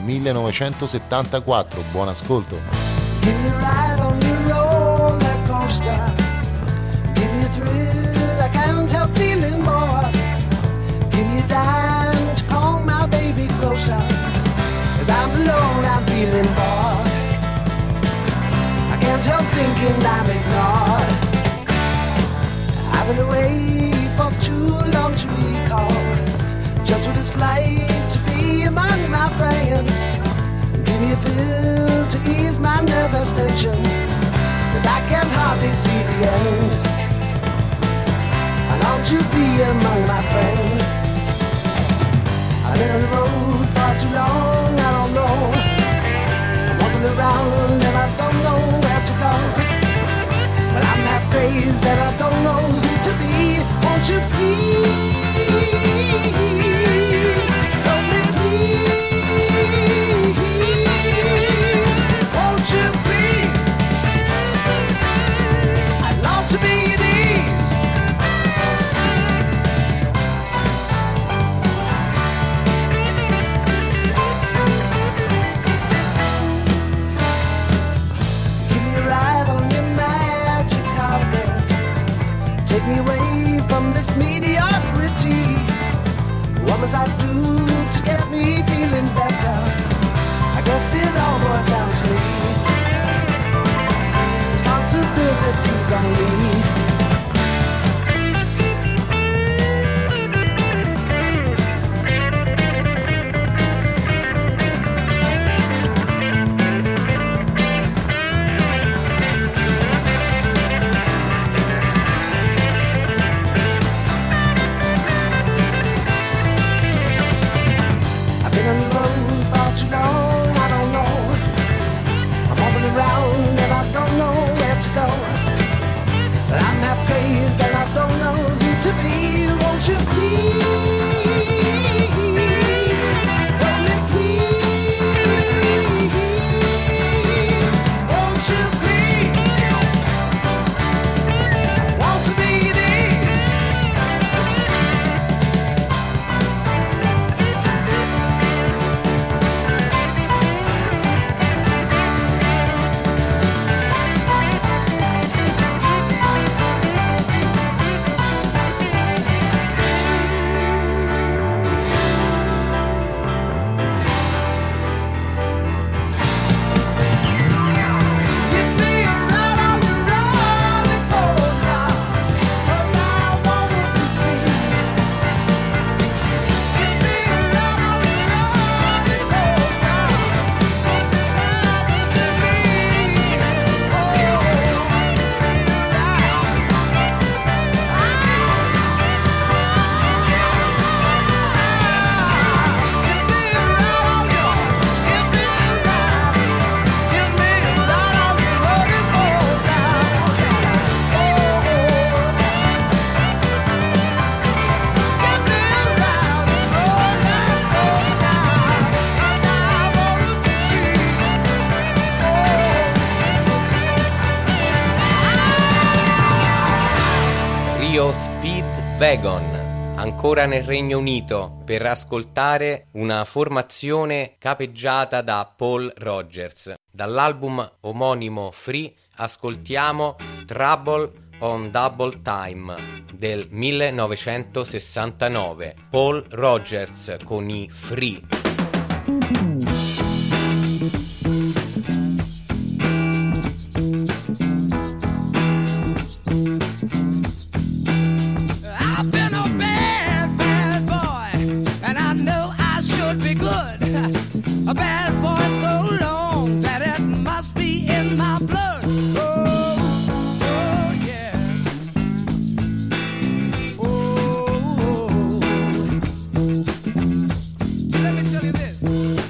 1974. Buon ascolto. Give me a ride on your roller coaster. Give me a thrill I can't help feeling more. Give me a dime to call my baby closer. 'Cause I'm alone, I'm feeling bored. I can't help thinking I'm ignored. I've been away for too long to recall just what it's like to be among my friends. Give me a pill to ease my nervous tension, 'cause I can hardly see the end. I long to be among my friends. I've been on the road far too long, I don't know. I'm walking around and I don't know where to go. Well, I'm half crazed and I don't know who to be. Won't you please, help me please? Won't you please? I'd love to be these. I do to get me feeling better? I guess it all boils down to me. Responsibilities on me. Speedwagon, ancora nel Regno Unito, per ascoltare una formazione capeggiata da Paul Rogers. Dall'album omonimo Free ascoltiamo Trouble on Double Time del 1969. Paul Rogers con i Free. I've been a bad, bad boy, and I know I should be good. A bad boy so long that it must be in my blood. Oh, oh yeah. Oh, let me tell you this.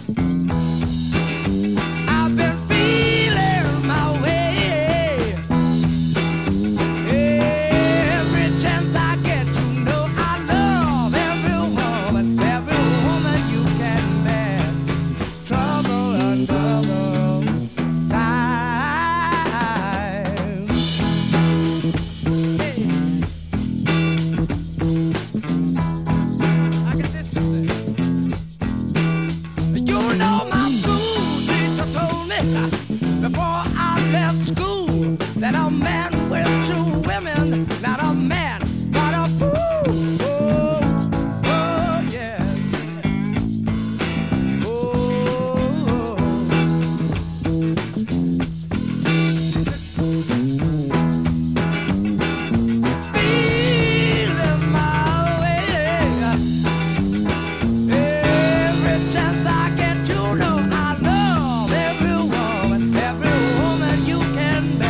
I've been feeling my way. Every chance I get, you know I love every woman you can bear. Trouble and double time. Hey. I got this to say. You know my school teacher told me before I left school that a man with two women, not a man, but a fool. Oh, oh yeah. Oh, feeling my way. Every chance I get, you know I love every woman you can bear.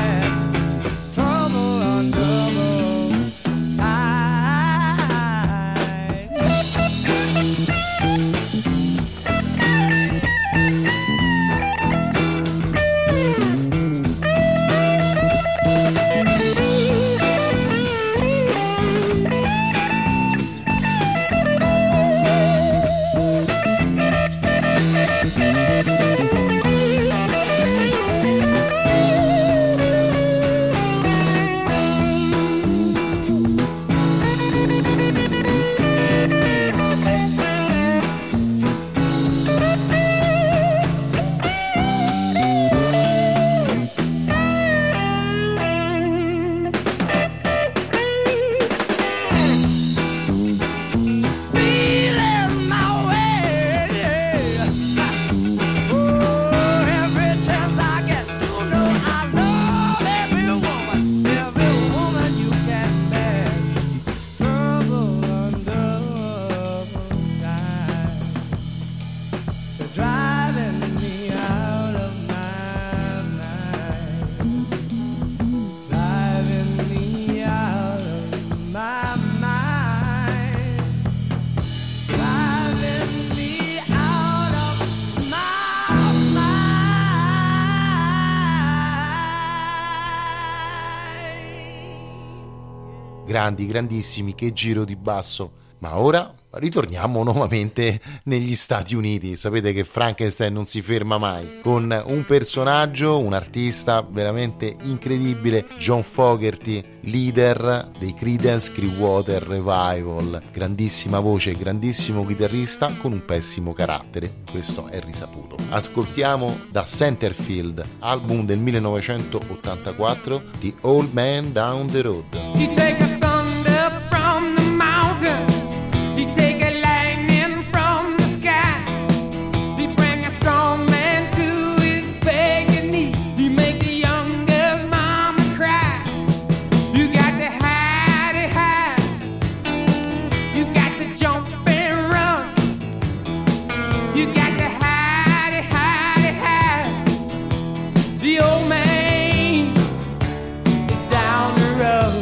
grandissimi, che giro di basso. Ma ora ritorniamo nuovamente negli Stati Uniti. Sapete che Frankenstein non si ferma mai, con un personaggio, un artista veramente incredibile, John Fogerty, leader dei Creedence Clearwater Revival, grandissima voce, grandissimo chitarrista con un pessimo carattere, questo è risaputo. Ascoltiamo da Centerfield, album del 1984, The Old Man Down the Road. You take a thunder from the mountain. You take a lightning from the sky. You bring a strong man to his begging knee. You make the youngest mama cry. You got to hide it high. You got to jump and run. You got to hide it high. The old man is down the road.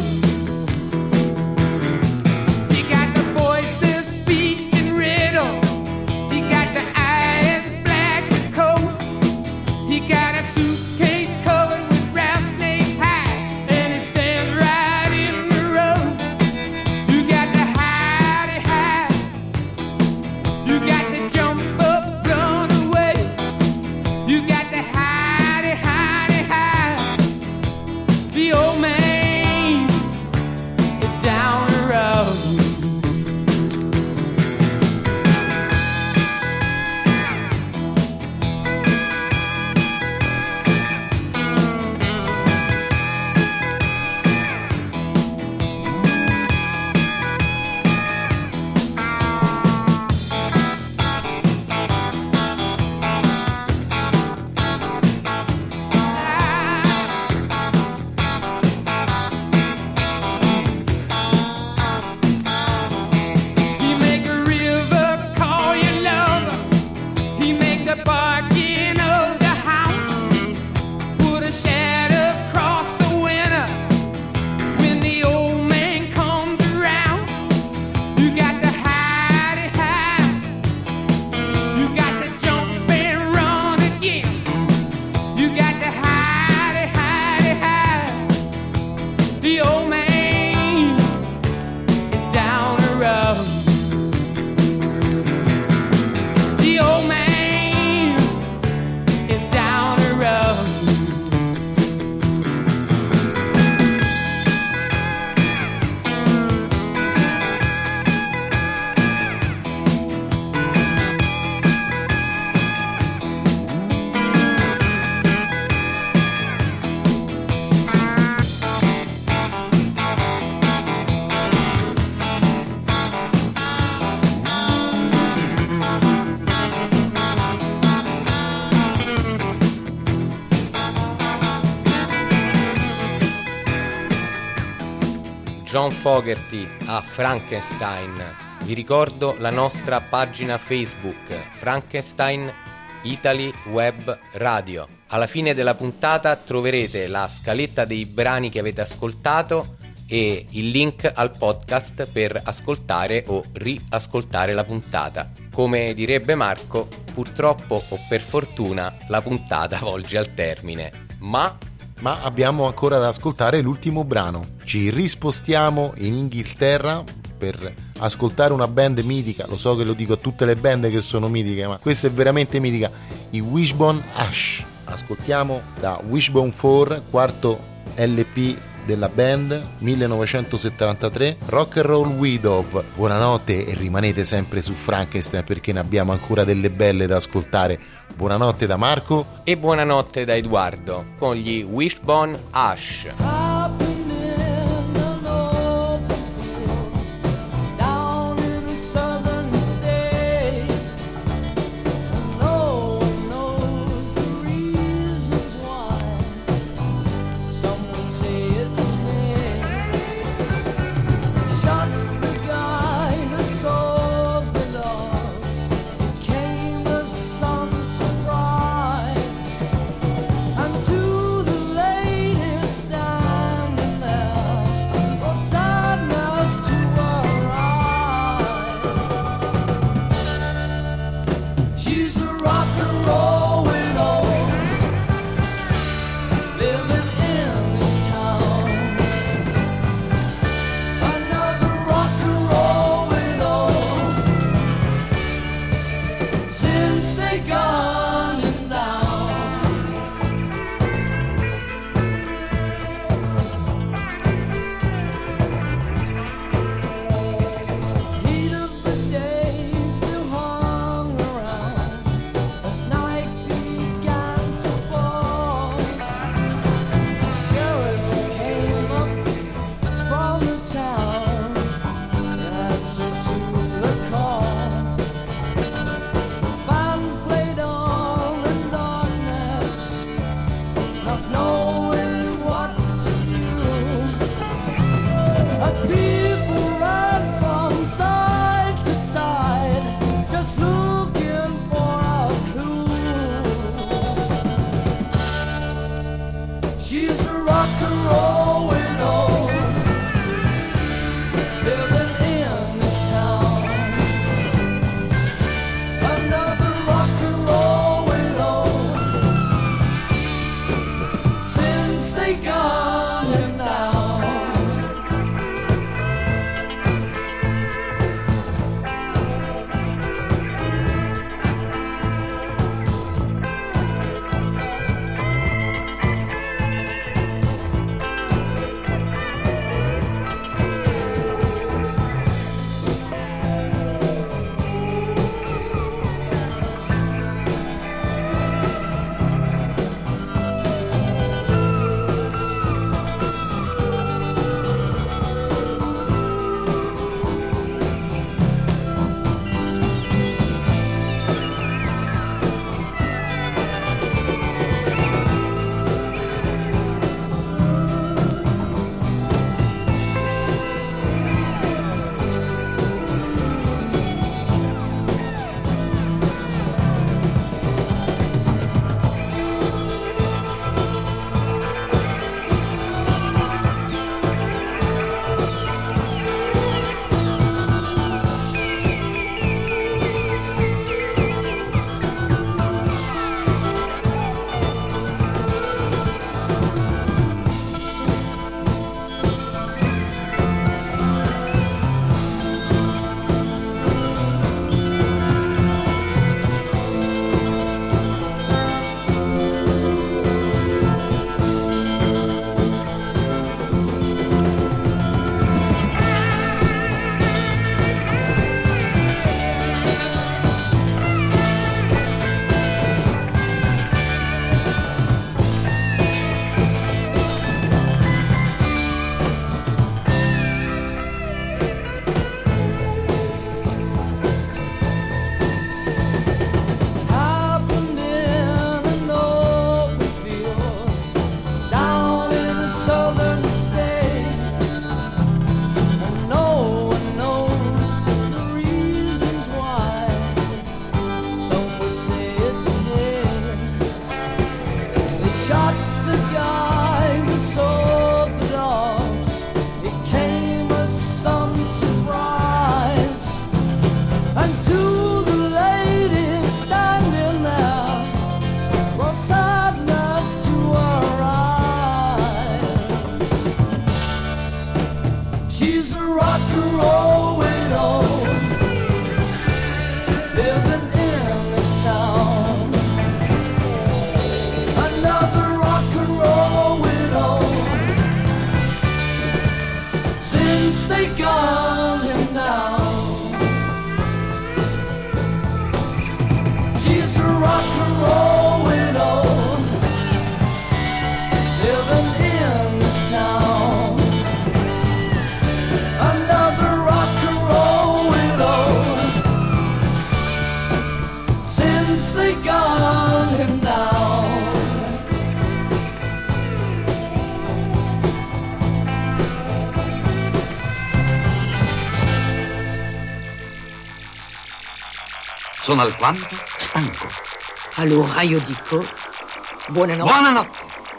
John Fogerty a Frankenstein. Vi ricordo la nostra pagina Facebook, Frankenstein Italy Web Radio. Alla fine della puntata troverete la scaletta dei brani che avete ascoltato e il link al podcast per ascoltare o riascoltare la puntata. Come direbbe Marco, purtroppo o per fortuna la puntata volge al termine, ma abbiamo ancora da ascoltare l'ultimo brano. Ci rispostiamo in Inghilterra per ascoltare una band mitica. Lo so che lo dico a tutte le band che sono mitiche, ma questa è veramente mitica, i Wishbone Ash. Ascoltiamo da Wishbone 4, quarto LP della band, 1973, Rock and Roll Widow. Buonanotte e rimanete sempre su Frankenstein perché ne abbiamo ancora delle belle da ascoltare. Buonanotte da Marco e buonanotte da Edoardo con gli Wishbone Ash. To the latest they gun him down. She's a rock and roll widow, living in this town. Another rock and roll widow, since they gun him down. Sono alquanto stanco. Allora io dico buonanotte. Buonanotte.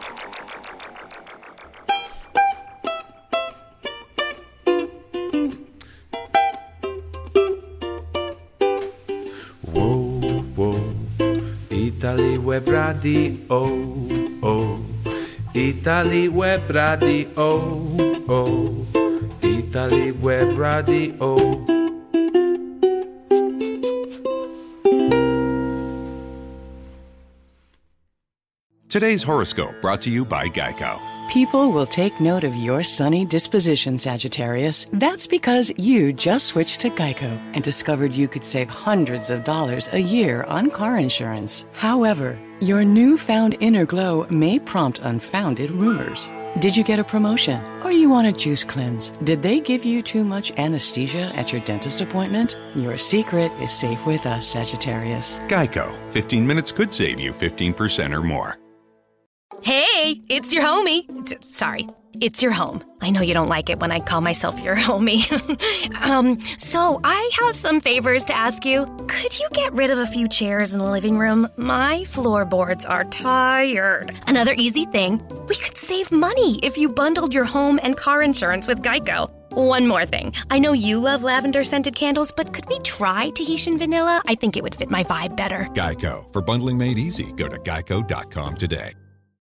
Wow, wow, Italy Web Radio, oh, Italy Web Radio, oh, Italy Web Radio. Today's horoscope brought to you by Geico. People will take note of your sunny disposition, Sagittarius. That's because you just switched to Geico and discovered you could save hundreds of dollars a year on car insurance. However, your newfound inner glow may prompt unfounded rumors. Did you get a promotion? Or you want a juice cleanse? Did they give you too much anesthesia at your dentist appointment? Your secret is safe with us, Sagittarius. Geico. 15 minutes could save you 15% or more. Hey, it's your homie. Sorry, it's your home. I know you don't like it when I call myself your homie. So I have some favors to ask you. Could you get rid of a few chairs in the living room? My floorboards are tired. Another easy thing, we could save money if you bundled your home and car insurance with Geico. One more thing. I know you love lavender-scented candles, but could we try Tahitian vanilla? I think it would fit my vibe better. Geico. For bundling made easy, go to geico.com today.